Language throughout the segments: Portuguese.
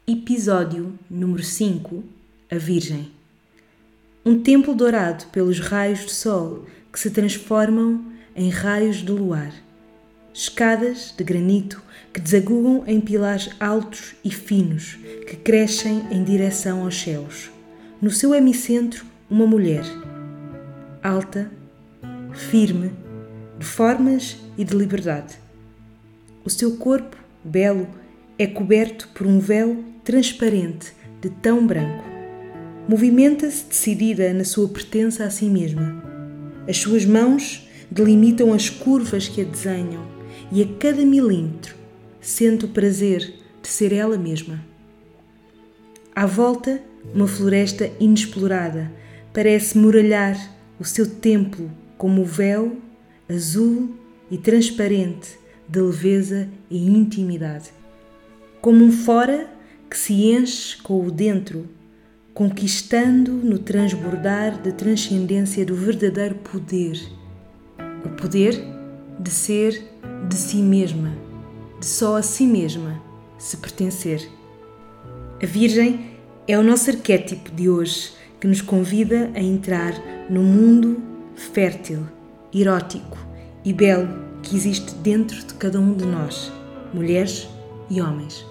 Episódio número 5. A Virgem. Um templo dourado pelos raios de sol que se transformam em raios de luar. Escadas de granito que desagugam em pilares altos e finos que crescem em direção aos céus. No seu hemicentro, uma mulher. Alta, firme, de formas e de liberdade. O seu corpo, belo, é coberto por um véu transparente de tão branco. Movimenta-se decidida na sua pertença a si mesma. As suas mãos delimitam as curvas que a desenham e a cada milímetro sente o prazer de ser ela mesma. À volta, uma floresta inexplorada parece muralhar o seu templo como o véu azul e transparente de leveza e intimidade. Como um fora que se enche com o dentro, conquistando no transbordar da transcendência do verdadeiro poder. O poder de ser de si mesma, de só a si mesma se pertencer. A Virgem é o nosso arquétipo de hoje, que nos convida a entrar no mundo fértil, erótico e belo que existe dentro de cada um de nós, mulheres e homens.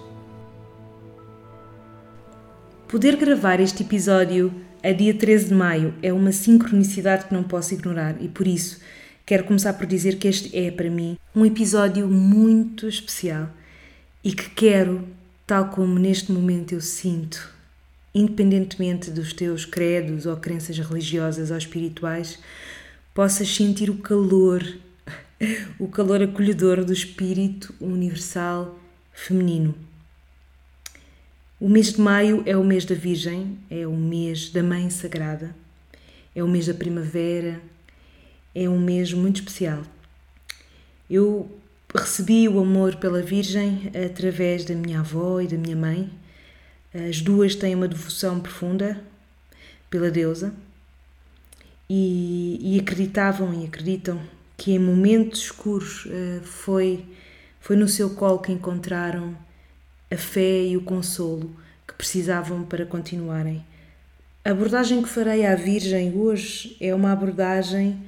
Poder gravar este episódio a dia 13 de maio é uma sincronicidade que não posso ignorar e por isso quero começar por dizer que este é, para mim, um episódio muito especial e que quero, tal como neste momento eu sinto, independentemente dos teus credos ou crenças religiosas ou espirituais, possas sentir o calor acolhedor do espírito universal feminino. O mês de maio é o mês da Virgem, é o mês da Mãe Sagrada, é o mês da primavera, é um mês muito especial. Eu recebi o amor pela Virgem através da minha avó e da minha mãe. As duas têm uma devoção profunda pela deusa e acreditavam e acreditam que em momentos escuros foi no seu colo que encontraram a fé e o consolo que precisavam para continuarem. A abordagem que farei à Virgem hoje é uma abordagem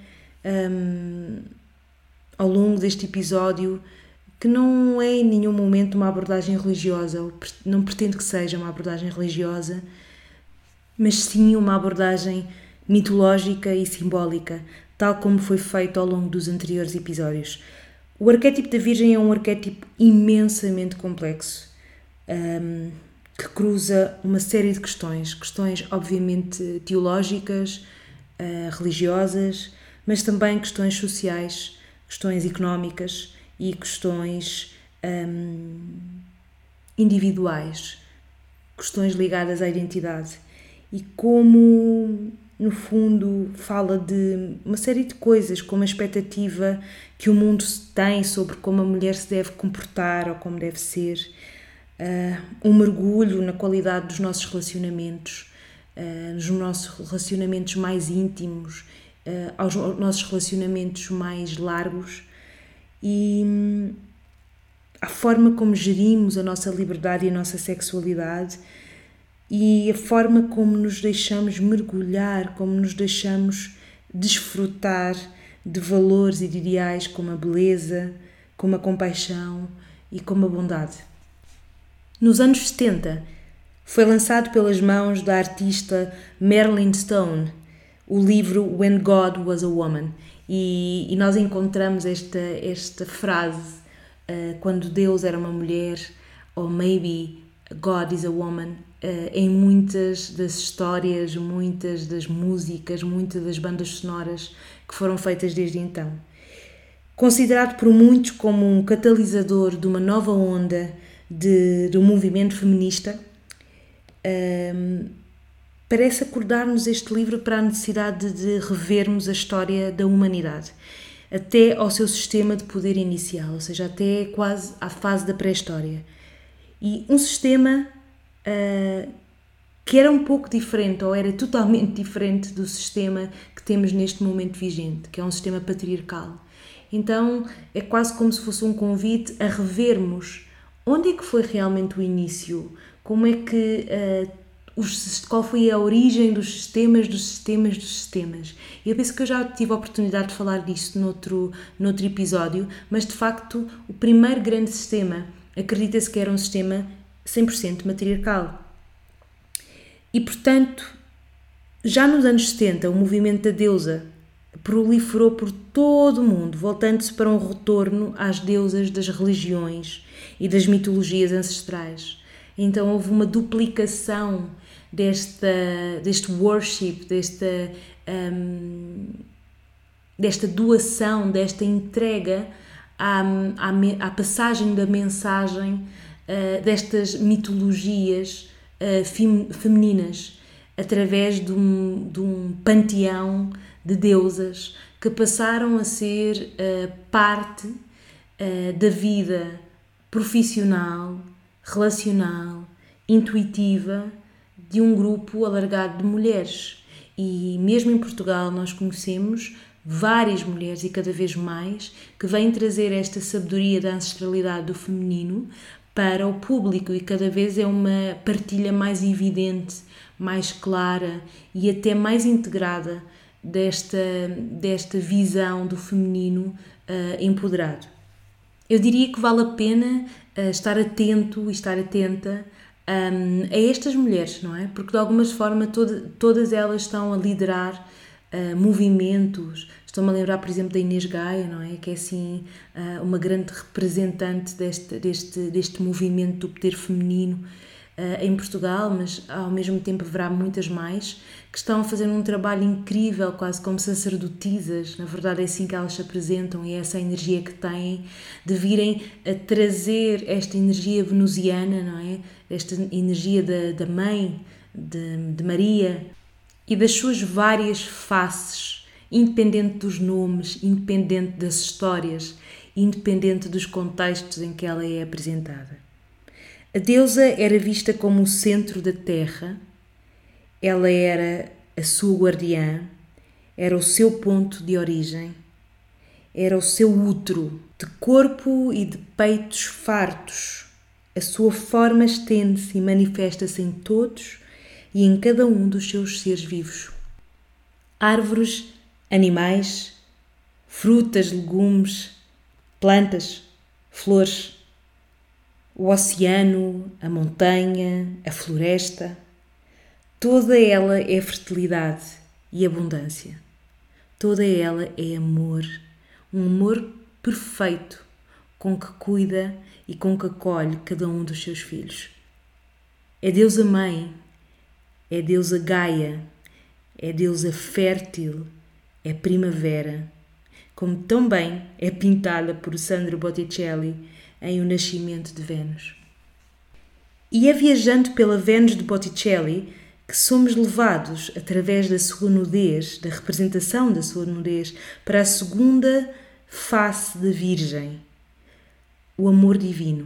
ao longo deste episódio que não é em nenhum momento uma abordagem religiosa, não pretendo que seja uma abordagem religiosa, mas sim uma abordagem mitológica e simbólica, tal como foi feito ao longo dos anteriores episódios. O arquétipo da Virgem é um arquétipo imensamente complexo, que cruza uma série de questões obviamente teológicas, religiosas, mas também questões sociais, questões económicas e questões individuais, questões ligadas à identidade. E como, no fundo, fala de uma série de coisas, como a expectativa que o mundo tem sobre como a mulher se deve comportar ou como deve ser, um mergulho na qualidade dos nossos relacionamentos, nos nossos relacionamentos mais íntimos, aos nossos relacionamentos mais largos e a forma como gerimos a nossa liberdade e a nossa sexualidade e a forma como nos deixamos mergulhar, como nos deixamos desfrutar de valores e de ideais como a beleza, como a compaixão e como a bondade. Nos anos 70, foi lançado pelas mãos da artista Marilyn Stone o livro When God Was a Woman e nós encontramos esta frase quando Deus era uma mulher ou Maybe God is a Woman em muitas das histórias, muitas das músicas, muitas das bandas sonoras que foram feitas desde então. Considerado por muitos como um catalisador de uma nova onda do movimento feminista, parece acordar-nos este livro para a necessidade de revermos a história da humanidade, até ao seu sistema de poder inicial, ou seja, até quase à fase da pré-história. E um sistema que era um pouco diferente, ou era totalmente diferente do sistema que temos neste momento vigente, que é um sistema patriarcal. Então é quase como se fosse um convite a revermos onde é que foi realmente o início, como é que qual foi a origem dos sistemas. E eu penso que eu já tive a oportunidade de falar disso noutro episódio, mas de facto o primeiro grande sistema, acredita-se que era um sistema 100% matriarcal. E portanto, já nos anos 70, o movimento da deusa proliferou por todo o mundo, voltando-se para um retorno às deusas das religiões e das mitologias ancestrais. Então houve uma duplicação deste worship, desta doação, desta entrega à passagem da mensagem destas mitologias femininas, através de um panteão de deusas que passaram a ser parte da vida profissional, relacional, intuitiva de um grupo alargado de mulheres. E mesmo em Portugal nós conhecemos várias mulheres, e cada vez mais, que vêm trazer esta sabedoria da ancestralidade do feminino para o público, e cada vez é uma partilha mais evidente, mais clara e até mais integrada desta visão do feminino empoderado. Eu diria que vale a pena estar atento e estar atenta a estas mulheres, não é? Porque de alguma forma todas elas estão a liderar movimentos. Estou-me a lembrar, por exemplo, da Inês Gaia, não é? Que é assim uma grande representante deste movimento do poder feminino em Portugal, mas ao mesmo tempo haverá muitas mais que estão a fazer um trabalho incrível, quase como sacerdotisas. Na verdade é assim que elas se apresentam, e é essa energia que têm de virem a trazer esta energia venusiana, não é? Esta energia da mãe, de Maria, e das suas várias faces, independente dos nomes, independente das histórias, independente dos contextos em que ela é apresentada. A deusa era vista como o centro da terra, ela era a sua guardiã, era o seu ponto de origem, era o seu útero, de corpo e de peitos fartos. A sua forma estende-se e manifesta-se em todos e em cada um dos seus seres vivos. Árvores, animais, frutas, legumes, plantas, flores, o oceano, a montanha, a floresta, toda ela é fertilidade e abundância. Toda ela é amor, um amor perfeito, com que cuida e com que acolhe cada um dos seus filhos. É deusa mãe, é deusa Gaia, é deusa fértil, é primavera, como também é pintada por Sandro Botticelli em O Nascimento de Vênus. E é viajando pela Vênus de Botticelli que somos levados, através da sua nudez, da representação da sua nudez, para a segunda face da Virgem, o amor divino.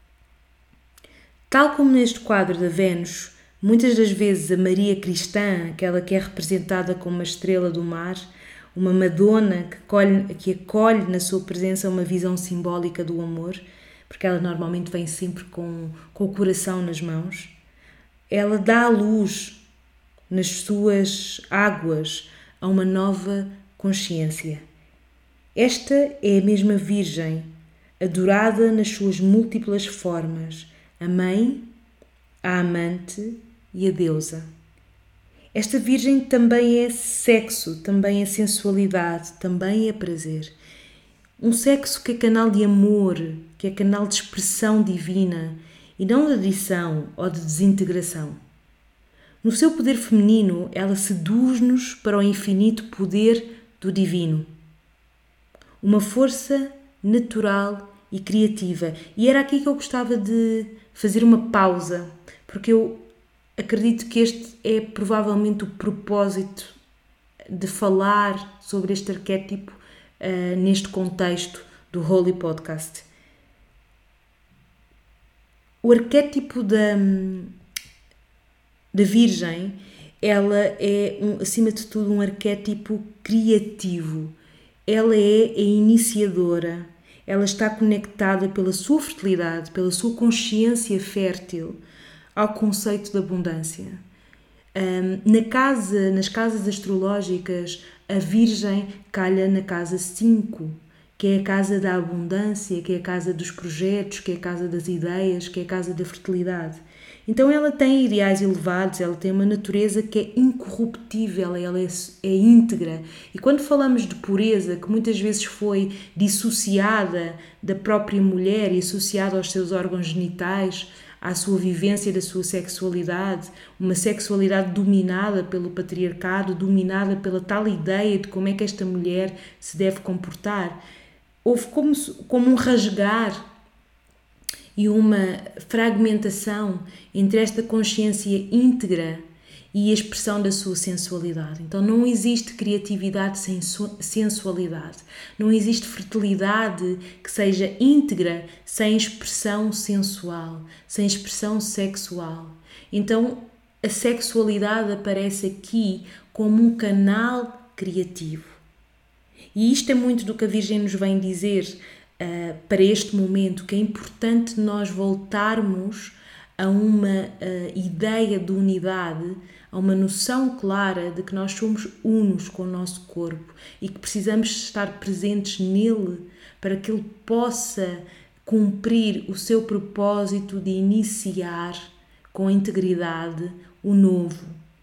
Tal como neste quadro da Vênus, muitas das vezes a Maria cristã, aquela que é representada como uma estrela do mar, uma Madonna que acolhe na sua presença uma visão simbólica do amor, porque ela normalmente vem sempre com o coração nas mãos, ela dá a luz nas suas águas a uma nova consciência. Esta é a mesma Virgem, adorada nas suas múltiplas formas, a mãe, a amante e a deusa. Esta Virgem também é sexo, também é sensualidade, também é prazer. Um sexo que é canal de amor, que é canal de expressão divina e não de adição ou de desintegração. No seu poder feminino, ela seduz-nos para o infinito poder do divino. Uma força natural e criativa. E era aqui que eu gostava de fazer uma pausa, porque eu acredito que este é provavelmente o propósito de falar sobre este arquétipo neste contexto do Holy Podcast. O arquétipo da Virgem, ela é, acima de tudo, um arquétipo criativo. Ela é a iniciadora, ela está conectada pela sua fertilidade, pela sua consciência fértil, ao conceito de abundância. Nas casas astrológicas, a Virgem calha na casa 5, que é a casa da abundância, que é a casa dos projetos, que é a casa das ideias, que é a casa da fertilidade. Então ela tem ideais elevados, ela tem uma natureza que é incorruptível, ela é íntegra. E quando falamos de pureza, que muitas vezes foi dissociada da própria mulher e associada aos seus órgãos genitais, à sua vivência da sua sexualidade, uma sexualidade dominada pelo patriarcado, dominada pela tal ideia de como é que esta mulher se deve comportar. Houve como um rasgar e uma fragmentação entre esta consciência íntegra e a expressão da sua sensualidade. Então não existe criatividade sem sensualidade. Não existe fertilidade que seja íntegra sem expressão sensual, sem expressão sexual. Então a sexualidade aparece aqui como um canal criativo. E isto é muito do que a Virgem nos vem dizer para este momento, que é importante nós voltarmos a uma ideia de unidade, a uma noção clara de que nós somos unos com o nosso corpo e que precisamos estar presentes nele para que ele possa cumprir o seu propósito de iniciar com integridade o novo.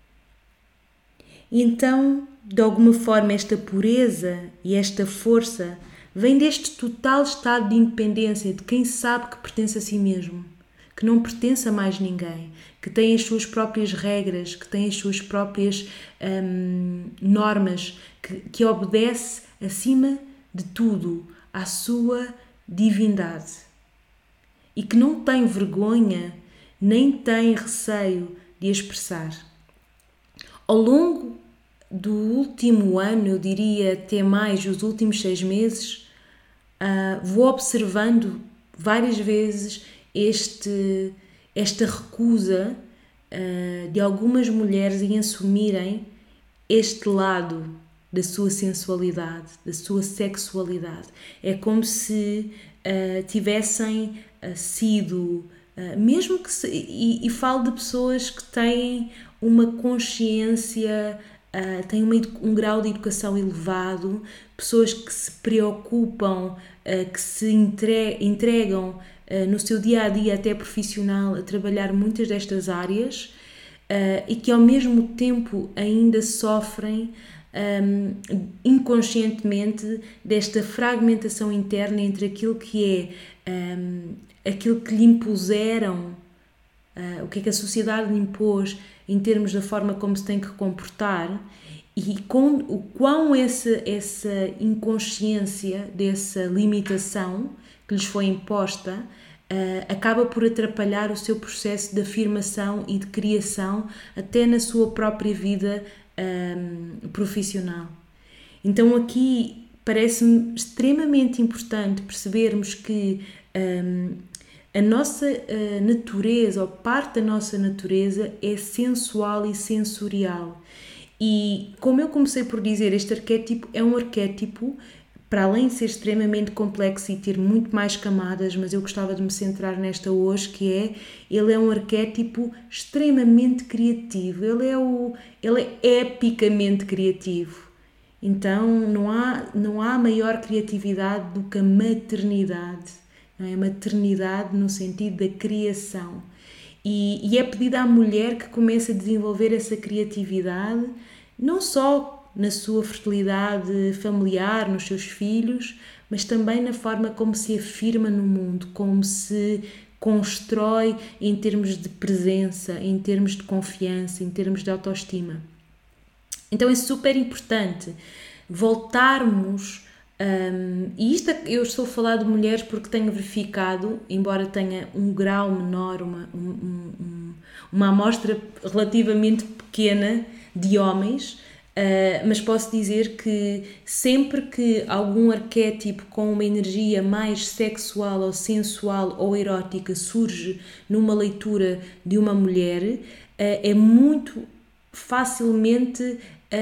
E então, de alguma forma, esta pureza e esta força vem deste total estado de independência de quem sabe que pertence a si mesmo, que não pertence a mais ninguém, que tem as suas próprias regras, que tem as suas próprias normas, que obedece acima de tudo à sua divindade e que não tem vergonha nem tem receio de expressar. Ao longo do último ano, eu diria até mais os últimos 6 meses, vou observando várias vezes esta recusa de algumas mulheres em assumirem este lado da sua sensualidade, da sua sexualidade. É como se tivessem sido, mesmo que e falo de pessoas que têm uma consciência, têm um grau de educação elevado, pessoas que se preocupam, que se entregam no seu dia-a-dia até profissional a trabalhar muitas destas áreas e que ao mesmo tempo ainda sofrem inconscientemente desta fragmentação interna entre aquilo que é aquilo que lhe impuseram, o que é que a sociedade lhe impôs em termos da forma como se tem que comportar e com o quão essa inconsciência dessa limitação que lhes foi imposta acaba por atrapalhar o seu processo de afirmação e de criação até na sua própria vida profissional. Então aqui parece-me extremamente importante percebermos que a nossa natureza, ou parte da nossa natureza, é sensual e sensorial. E como eu comecei por dizer, este arquétipo é um arquétipo, para além de ser extremamente complexo e ter muito mais camadas, mas eu gostava de me centrar nesta hoje, ele é um arquétipo extremamente criativo, ele é epicamente criativo. Então não há maior criatividade do que a maternidade. Não é? A maternidade no sentido da criação. E é pedido à mulher que comece a desenvolver essa criatividade, não só na sua fertilidade familiar, nos seus filhos, mas também na forma como se afirma no mundo, como se constrói em termos de presença, em termos de confiança, em termos de autoestima. Então é super importante voltarmos. E isto eu estou a falar de mulheres porque tenho verificado, embora tenha um grau menor, uma amostra relativamente pequena de homens, mas posso dizer que sempre que algum arquétipo com uma energia mais sexual ou sensual ou erótica surge numa leitura de uma mulher, é muito facilmente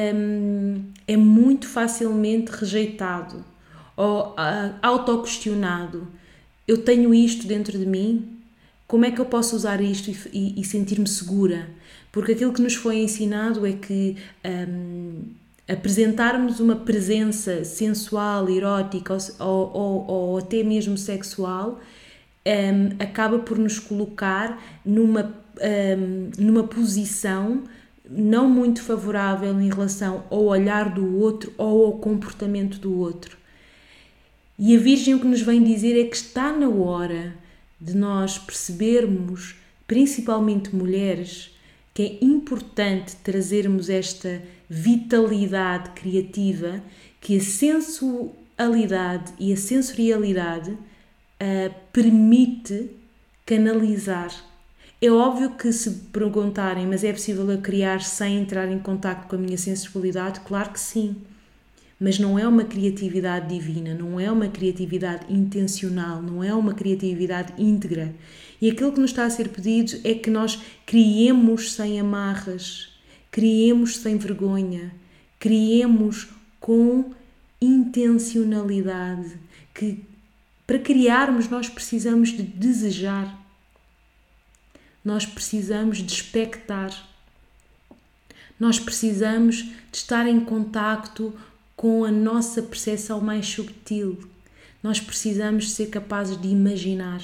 rejeitado ou autoquestionado. Eu tenho isto dentro de mim? como é que eu posso usar isto e sentir-me segura? Porque aquilo que nos foi ensinado é que apresentarmos uma presença sensual, erótica ou até mesmo sexual acaba por nos colocar numa posição não muito favorável em relação ao olhar do outro ou ao comportamento do outro. E a Virgem o que nos vem dizer é que está na hora de nós percebermos, principalmente mulheres, que é importante trazermos esta vitalidade criativa, que a sensualidade e a sensorialidade permite canalizar. É óbvio que se perguntarem, mas é possível eu criar sem entrar em contacto com a minha sensibilidade? Claro que sim. Mas não é uma criatividade divina, não é uma criatividade intencional, não é uma criatividade íntegra. E aquilo que nos está a ser pedido é que nós criemos sem amarras, criemos sem vergonha, criemos com intencionalidade. Que para criarmos nós precisamos de desejar, nós precisamos de expectar, nós precisamos de estar em contacto com a nossa percepção mais subtil. Nós precisamos ser capazes de imaginar.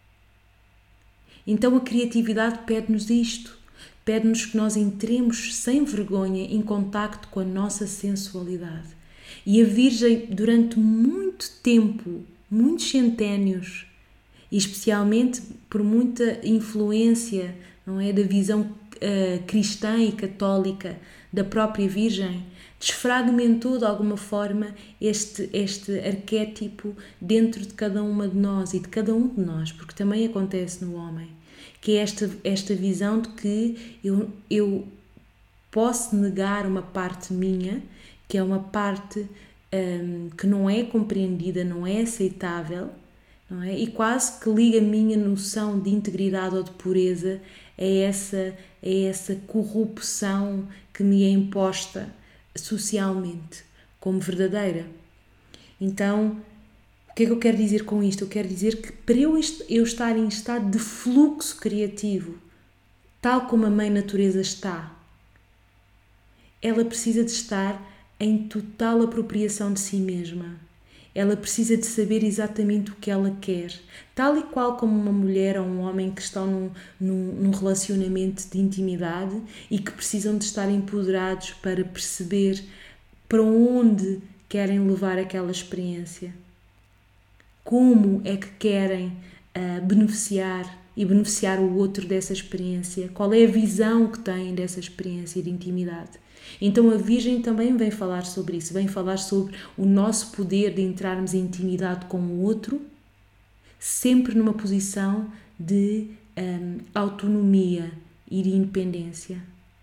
Então a criatividade pede-nos isto. Pede-nos que nós entremos sem vergonha em contacto com a nossa sensualidade. E a Virgem, durante muito tempo, muitos centénios, e especialmente por muita influência, não é, da visão cristã e católica da própria Virgem, desfragmentou de alguma forma este arquétipo dentro de cada uma de nós e de cada um de nós, porque também acontece no homem, que é esta visão de que eu posso negar uma parte minha, que é uma parte que não é compreendida, não é aceitável, não é? E quase que liga a minha noção de integridade ou de pureza a essa corrupção que me é imposta socialmente como verdadeira. Então, o que é que eu quero dizer com isto? Eu quero dizer que para eu estar em estado de fluxo criativo, tal como a Mãe Natureza está, ela precisa de estar em total apropriação de si mesma. Ela precisa de saber exatamente o que ela quer, tal e qual como uma mulher ou um homem que estão num relacionamento de intimidade e que precisam de estar empoderados para perceber para onde querem levar aquela experiência, como é que querem beneficiar e beneficiar o outro dessa experiência, qual é a visão que têm dessa experiência de intimidade. Então a Virgem também vem falar sobre isso, vem falar sobre o nosso poder de entrarmos em intimidade com o outro, sempre numa posição de autonomia e de independência.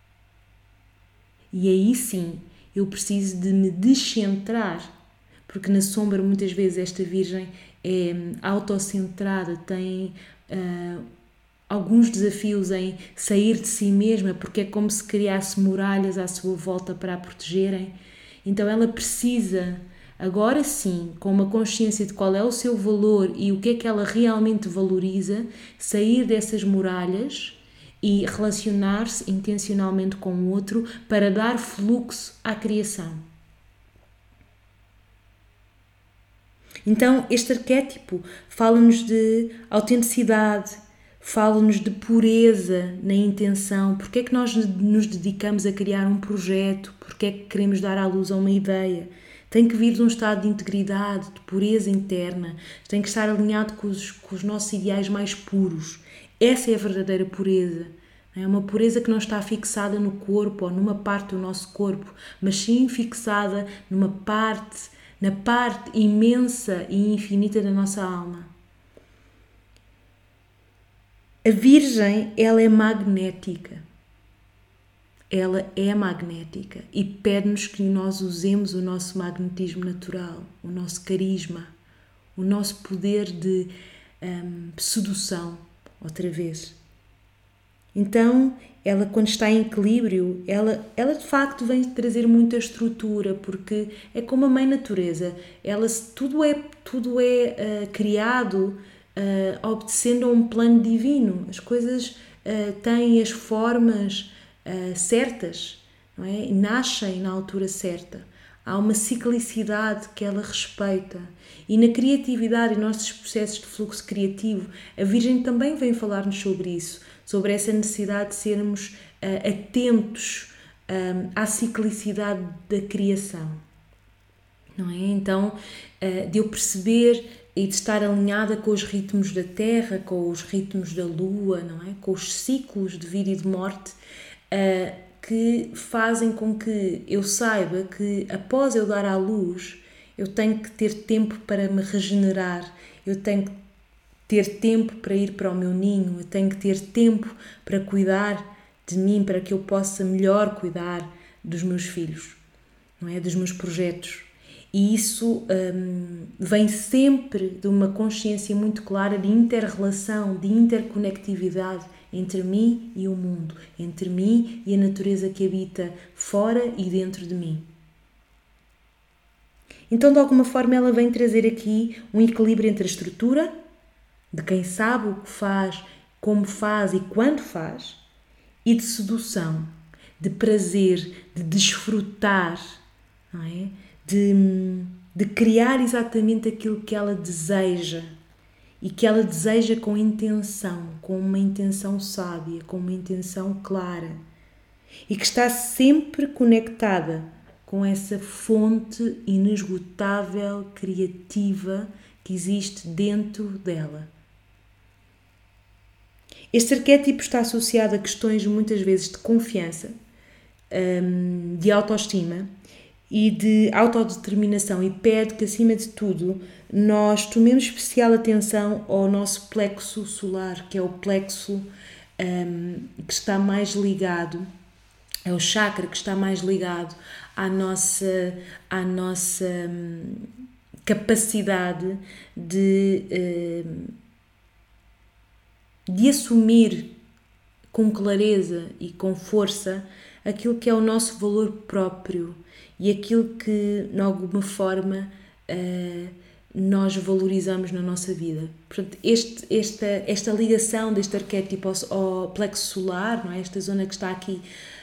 E aí sim, eu preciso de me descentrar, porque na sombra muitas vezes esta Virgem é autocentrada, tem alguns desafios em sair de si mesma, porque é como se criasse muralhas à sua volta para a protegerem. Então ela precisa, agora sim, com uma consciência de qual é o seu valor e o que é que ela realmente valoriza, sair dessas muralhas e relacionar-se intencionalmente com o outro para dar fluxo à criação. Então este arquétipo fala-nos de autenticidade, fala-nos de pureza na intenção, porque é que nós nos dedicamos a criar um projeto, porque é que queremos dar à luz a uma ideia. Tem que vir de um estado de integridade, de pureza interna, tem que estar alinhado com os nossos ideais mais puros. Essa é a verdadeira pureza. É uma pureza que não está fixada no corpo ou numa parte do nosso corpo, mas sim fixada na parte imensa e infinita da nossa alma. A Virgem, ela é magnética. Ela é magnética e pede-nos que nós usemos o nosso magnetismo natural, o nosso carisma, o nosso poder de sedução, outra vez. Então, ela quando está em equilíbrio, ela de facto vem trazer muita estrutura, porque é como a Mãe Natureza. Tudo é criado obedecendo a um plano divino. As coisas têm as formas certas, não é? Nascem na altura certa. Há uma ciclicidade que ela respeita. E na criatividade e nossos processos de fluxo criativo, a Virgem também vem falar-nos sobre isso, sobre essa necessidade de sermos atentos à ciclicidade da criação. Não é? Então, de eu perceber e de estar alinhada com os ritmos da Terra, com os ritmos da Lua, não é? Com os ciclos de vida e de morte, que fazem com que eu saiba que após eu dar à luz, eu tenho que ter tempo para me regenerar, eu tenho que ter tempo para ir para o meu ninho, eu tenho que ter tempo para cuidar de mim, para que eu possa melhor cuidar dos meus filhos, não é? Dos meus projetos. E isso vem sempre de uma consciência muito clara de inter-relação, de interconectividade entre mim e o mundo, entre mim e a natureza que habita fora e dentro de mim. Então, de alguma forma, ela vem trazer aqui um equilíbrio entre a estrutura, de quem sabe o que faz, como faz e quando faz, e de sedução, de prazer, de desfrutar, não é? De criar exatamente aquilo que ela deseja e que ela deseja com intenção, com uma intenção sábia, com uma intenção clara e que está sempre conectada com essa fonte inesgotável, criativa que existe dentro dela. Este arquétipo está associado a questões muitas vezes de confiança, de autoestima e de autodeterminação e pede que, acima de tudo, nós tomemos especial atenção ao nosso plexo solar, que é o plexo que está mais ligado, é o chakra que está mais ligado à nossa capacidade de assumir com clareza e com força aquilo que é o nosso valor próprio e aquilo que, de alguma forma, nós valorizamos na nossa vida. Portanto, esta ligação deste arquétipo ao plexo solar, não é? Esta zona que está aqui,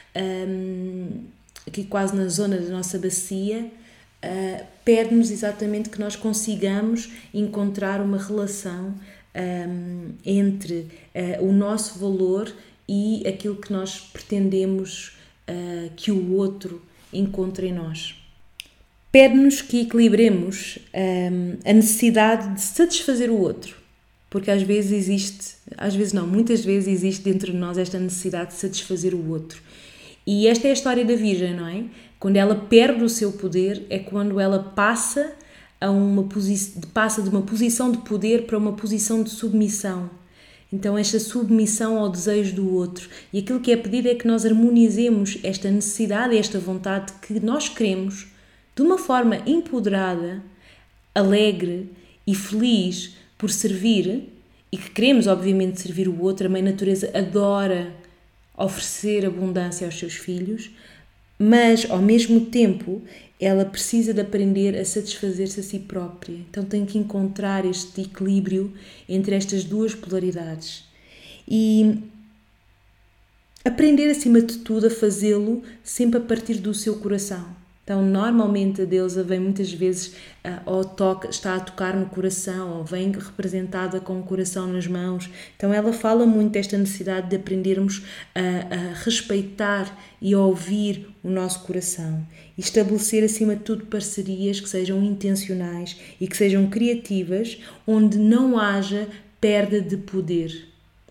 aqui quase na zona da nossa bacia, pede-nos exatamente que nós consigamos encontrar uma relação entre o nosso valor e aquilo que nós pretendemos que o outro encontre em nós. Pede-nos que equilibremos a necessidade de satisfazer o outro, porque muitas vezes existe dentro de nós esta necessidade de satisfazer o outro. E esta é a história da Virgem, não é? Quando ela perde o seu poder, é quando ela passa de uma posição de poder para uma posição de submissão. Então, esta submissão ao desejo do outro. E aquilo que é pedido é que nós harmonizemos esta necessidade e esta vontade que nós queremos, de uma forma empoderada, alegre e feliz por servir, e que queremos, obviamente, servir o outro. A Mãe Natureza adora oferecer abundância aos seus filhos, mas, ao mesmo tempo, ela precisa de aprender a satisfazer-se a si própria. Então tem que encontrar este equilíbrio entre estas duas polaridades e aprender, acima de tudo, a fazê-lo sempre a partir do seu coração. Então, normalmente a deusa vem muitas vezes está a tocar no coração, ou vem representada com o coração nas mãos. Então, ela fala muito desta necessidade de aprendermos a respeitar e a ouvir o nosso coração. E estabelecer, acima de tudo, parcerias que sejam intencionais e que sejam criativas, onde não haja perda de poder.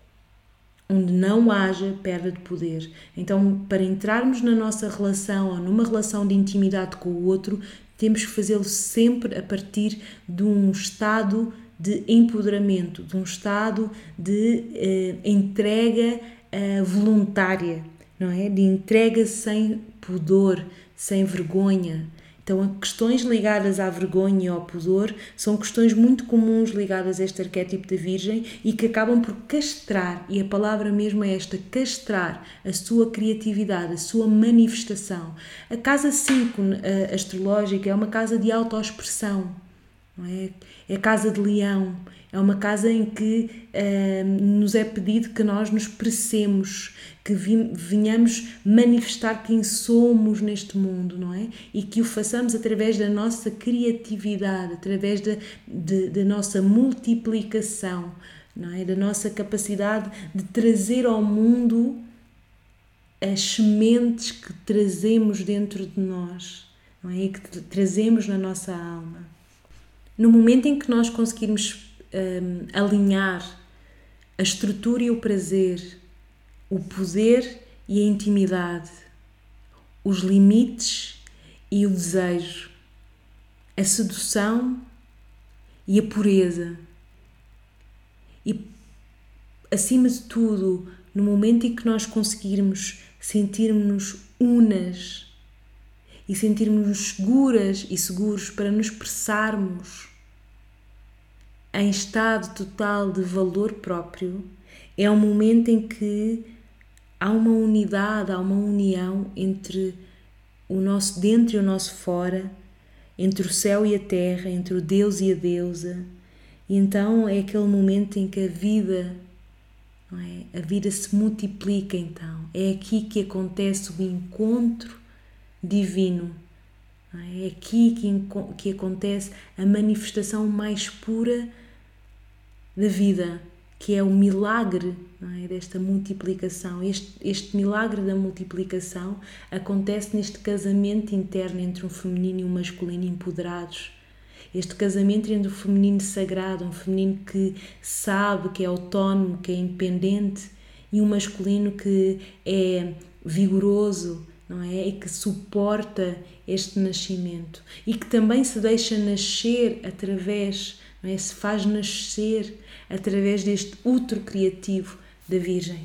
Então, para entrarmos na nossa relação ou numa relação de intimidade com o outro, temos que fazê-lo sempre a partir de um estado de empoderamento, de um estado de entrega voluntária, não é? De entrega sem pudor, sem vergonha. Então, questões ligadas à vergonha e ao pudor são questões muito comuns ligadas a este arquétipo da Virgem e que acabam por castrar, e a palavra mesmo é esta, castrar a sua criatividade, a sua manifestação. A casa 5 astrológica é uma casa de autoexpressão, não é? É a casa de leão, é uma casa em que nos é pedido que nós nos expressemos, que venhamos manifestar quem somos neste mundo, não é? E que o façamos através da nossa criatividade, através da nossa multiplicação, não é? Da nossa capacidade de trazer ao mundo as sementes que trazemos dentro de nós, não é? E que trazemos na nossa alma. No momento em que nós conseguirmos alinhar a estrutura e o prazer, o poder e a intimidade, os limites e o desejo, a sedução e a pureza, e acima de tudo, no momento em que nós conseguirmos sentirmos-nos unas e sentirmos-nos seguras e seguros para nos expressarmos em estado total de valor próprio, é um momento em que há uma unidade, há uma união entre o nosso dentro e o nosso fora, entre o céu e a terra, entre o Deus e a deusa. E então é aquele momento em que a vida, não é? A vida se multiplica então. É aqui que acontece o encontro divino. Não é? É aqui que acontece a manifestação mais pura da vida, que é o milagre, não é? Desta multiplicação. Este milagre da multiplicação acontece neste casamento interno entre um feminino e um masculino empoderados. Este casamento entre o feminino sagrado, um feminino que sabe, que é autónomo, que é independente, e um masculino que é vigoroso, não é? E que suporta este nascimento e que também se deixa nascer através, não é? Se faz nascer através deste útero criativo da Virgem.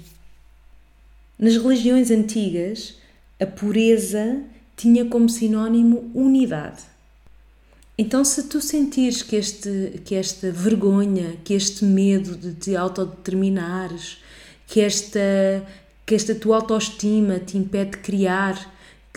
Nas religiões antigas, a pureza tinha como sinónimo unidade. Então, se tu sentires que esta vergonha, que este medo de te autodeterminares, que esta tua autoestima te impede de criar,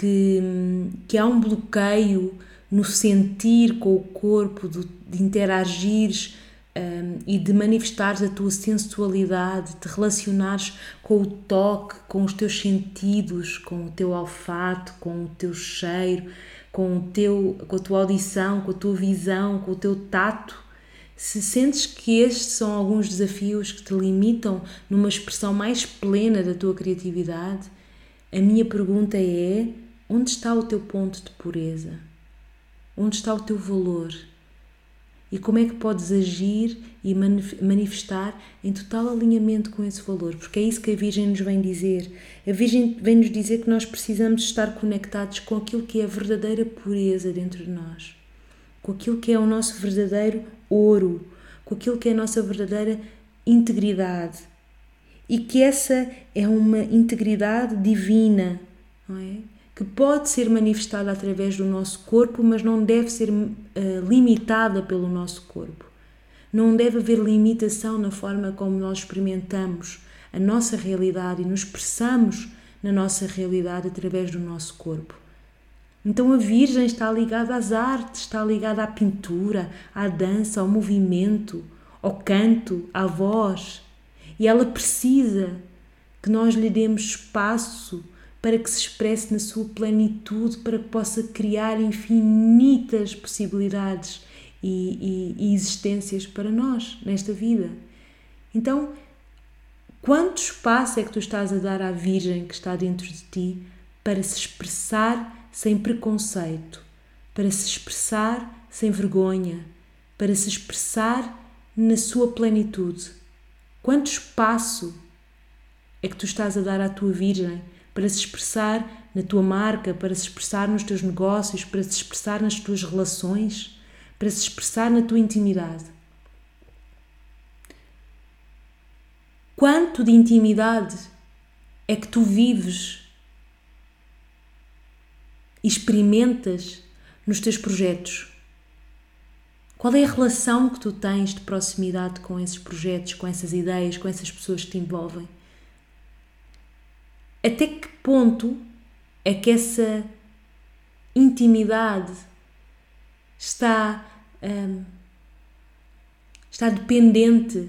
que há um bloqueio no sentir com o corpo, de interagires e de manifestares a tua sensualidade, de relacionares com o toque, com os teus sentidos, com o teu olfato, com o teu cheiro, com a tua audição, com a tua visão, com o teu tato. Se sentes que estes são alguns desafios que te limitam numa expressão mais plena da tua criatividade, a minha pergunta é: onde está o teu ponto de pureza? Onde está o teu valor? E como é que podes agir e manifestar em total alinhamento com esse valor? Porque é isso que a Virgem nos vem dizer. A Virgem vem nos dizer que nós precisamos estar conectados com aquilo que é a verdadeira pureza dentro de nós, com aquilo que é o nosso verdadeiro ouro, com aquilo que é a nossa verdadeira integridade. E que essa é uma integridade divina, não é? Que pode ser manifestada através do nosso corpo, mas não deve ser limitada pelo nosso corpo. Não deve haver limitação na forma como nós experimentamos a nossa realidade e nos expressamos na nossa realidade através do nosso corpo. Então a Virgem está ligada às artes, está ligada à pintura, à dança, ao movimento, ao canto, à voz. E ela precisa que nós lhe demos espaço para que se expresse na sua plenitude, para que possa criar infinitas possibilidades e existências para nós nesta vida. Então, quanto espaço é que tu estás a dar à Virgem que está dentro de ti para se expressar sem preconceito, para se expressar sem vergonha, para se expressar na sua plenitude? Quanto espaço é que tu estás a dar à tua Virgem para se expressar na tua marca, para se expressar nos teus negócios, para se expressar nas tuas relações, para se expressar na tua intimidade? Quanto de intimidade é que tu vives e experimentas nos teus projetos? Qual é a relação que tu tens de proximidade com esses projetos, com essas ideias, com essas pessoas que te envolvem? Até que ponto é que essa intimidade está está dependente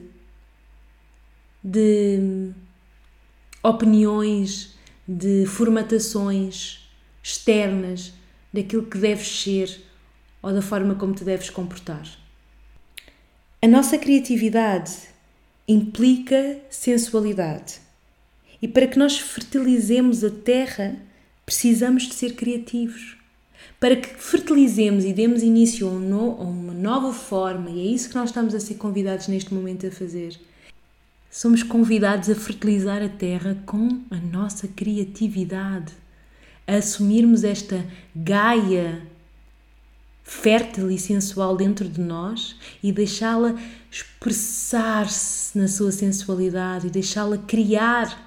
de opiniões, de formatações externas daquilo que deves ser ou da forma como te deves comportar. A nossa criatividade implica sensualidade. E para que nós fertilizemos a terra, precisamos de ser criativos. Para que fertilizemos e demos início a uma nova forma, e é isso que nós estamos a ser convidados neste momento a fazer, somos convidados a fertilizar a terra com a nossa criatividade, a assumirmos esta Gaia fértil e sensual dentro de nós e deixá-la expressar-se na sua sensualidade e deixá-la criar.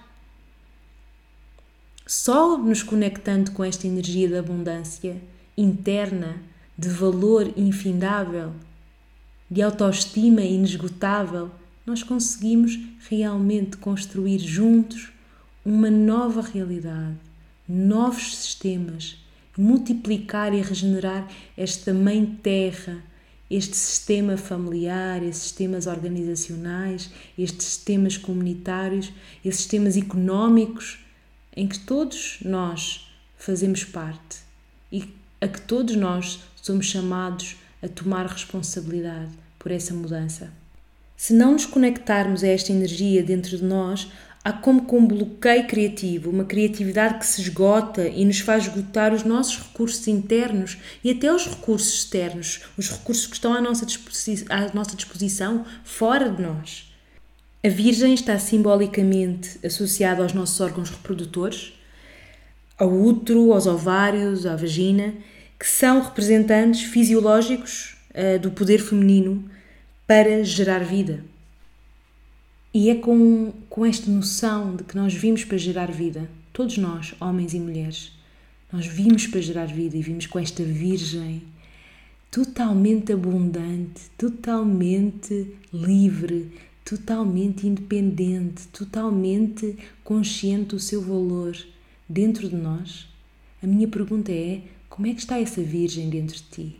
Só nos conectando com esta energia da abundância interna, de valor infindável, de autoestima inesgotável, nós conseguimos realmente construir juntos uma nova realidade, novos sistemas, multiplicar e regenerar esta mãe terra, este sistema familiar, estes sistemas organizacionais, estes sistemas comunitários, estes sistemas económicos em que todos nós fazemos parte e a que todos nós somos chamados a tomar responsabilidade por essa mudança. Se não nos conectarmos a esta energia dentro de nós, há como um bloqueio criativo, uma criatividade que se esgota e nos faz esgotar os nossos recursos internos e até os recursos externos, os recursos que estão à nossa disposição fora de nós. A Virgem está simbolicamente associada aos nossos órgãos reprodutores, ao útero, aos ovários, à vagina, que são representantes fisiológicos do poder feminino para gerar vida. E é com esta noção de que nós vimos para gerar vida, todos nós, homens e mulheres, nós vimos para gerar vida e vimos com esta Virgem totalmente abundante, totalmente livre, totalmente independente, totalmente consciente do seu valor dentro de nós. A minha pergunta é: como é que está essa Virgem dentro de ti?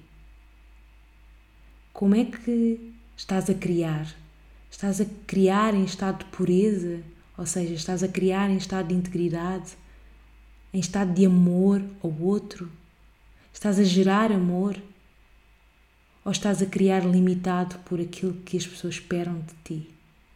Como é que estás a criar? Estás a criar em estado de pureza, ou seja, estás a criar em estado de integridade, em estado de amor ao outro? Estás a gerar amor? Ou estás a criar limitado por aquilo que as pessoas esperam de ti?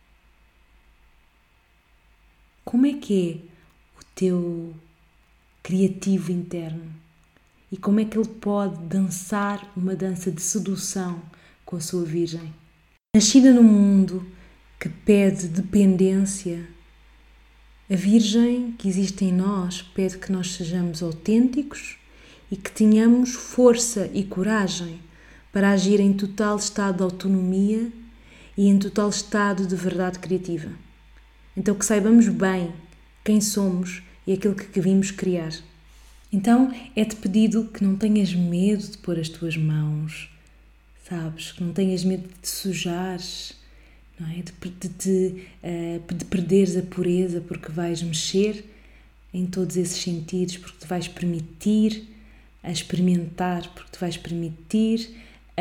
Como é que é o teu criativo interno? E como é que ele pode dançar uma dança de sedução com a sua Virgem? Nascida num mundo que pede dependência, a Virgem que existe em nós pede que nós sejamos autênticos e que tenhamos força e coragem para agir em total estado de autonomia e em total estado de verdade criativa. Então que saibamos bem quem somos e aquilo que vimos criar. Então é-te pedido que não tenhas medo de pôr as tuas mãos, sabes? Que não tenhas medo de te sujares, não é? De perderes a pureza, porque vais mexer em todos esses sentidos, porque te vais permitir a experimentar, porque te vais permitir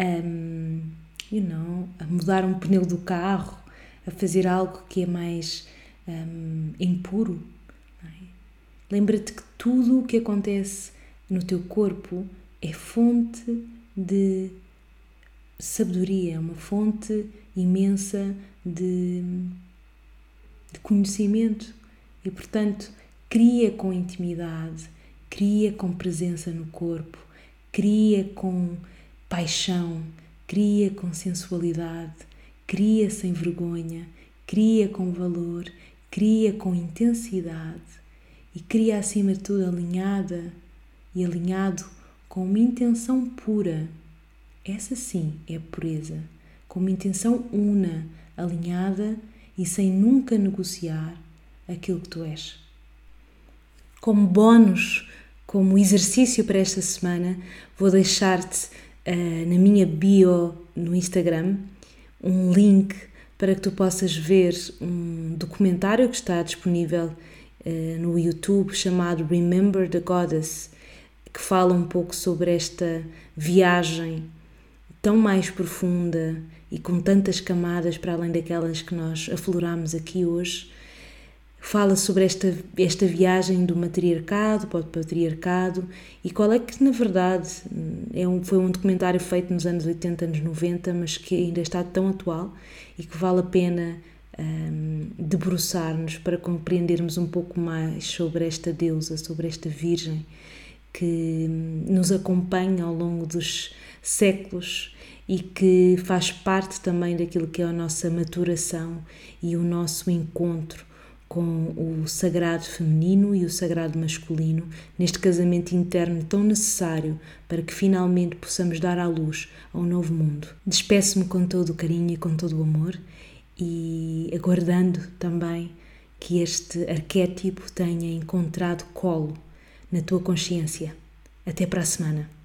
a mudar um pneu do carro, a fazer algo que é mais impuro. Não é? Lembra-te que tudo o que acontece no teu corpo é fonte de sabedoria, é uma fonte imensa de conhecimento e, portanto, cria com intimidade, cria com presença no corpo, cria com paixão, cria com sensualidade, cria sem vergonha, cria com valor, cria com intensidade e cria acima de tudo alinhada e alinhado com uma intenção pura. Essa sim é a pureza, com uma intenção una, alinhada e sem nunca negociar aquilo que tu és. Como bónus, como exercício para esta semana, vou deixar-te na minha bio no Instagram um link para que tu possas ver um documentário que está disponível no YouTube chamado Remember the Goddess, que fala um pouco sobre esta viagem tão mais profunda e com tantas camadas para além daquelas que nós afloramos aqui hoje. Fala sobre esta viagem do matriarcado para o patriarcado e qual é que, na verdade, foi um documentário feito nos anos 80, anos 90, mas que ainda está tão atual e que vale a pena debruçar-nos para compreendermos um pouco mais sobre esta deusa, sobre esta Virgem que nos acompanha ao longo dos séculos e que faz parte também daquilo que é a nossa maturação e o nosso encontro com o sagrado feminino e o sagrado masculino, neste casamento interno tão necessário para que finalmente possamos dar à luz a um novo mundo. Despeço-me com todo o carinho e com todo o amor e aguardando também que este arquétipo tenha encontrado colo na tua consciência. Até para a semana.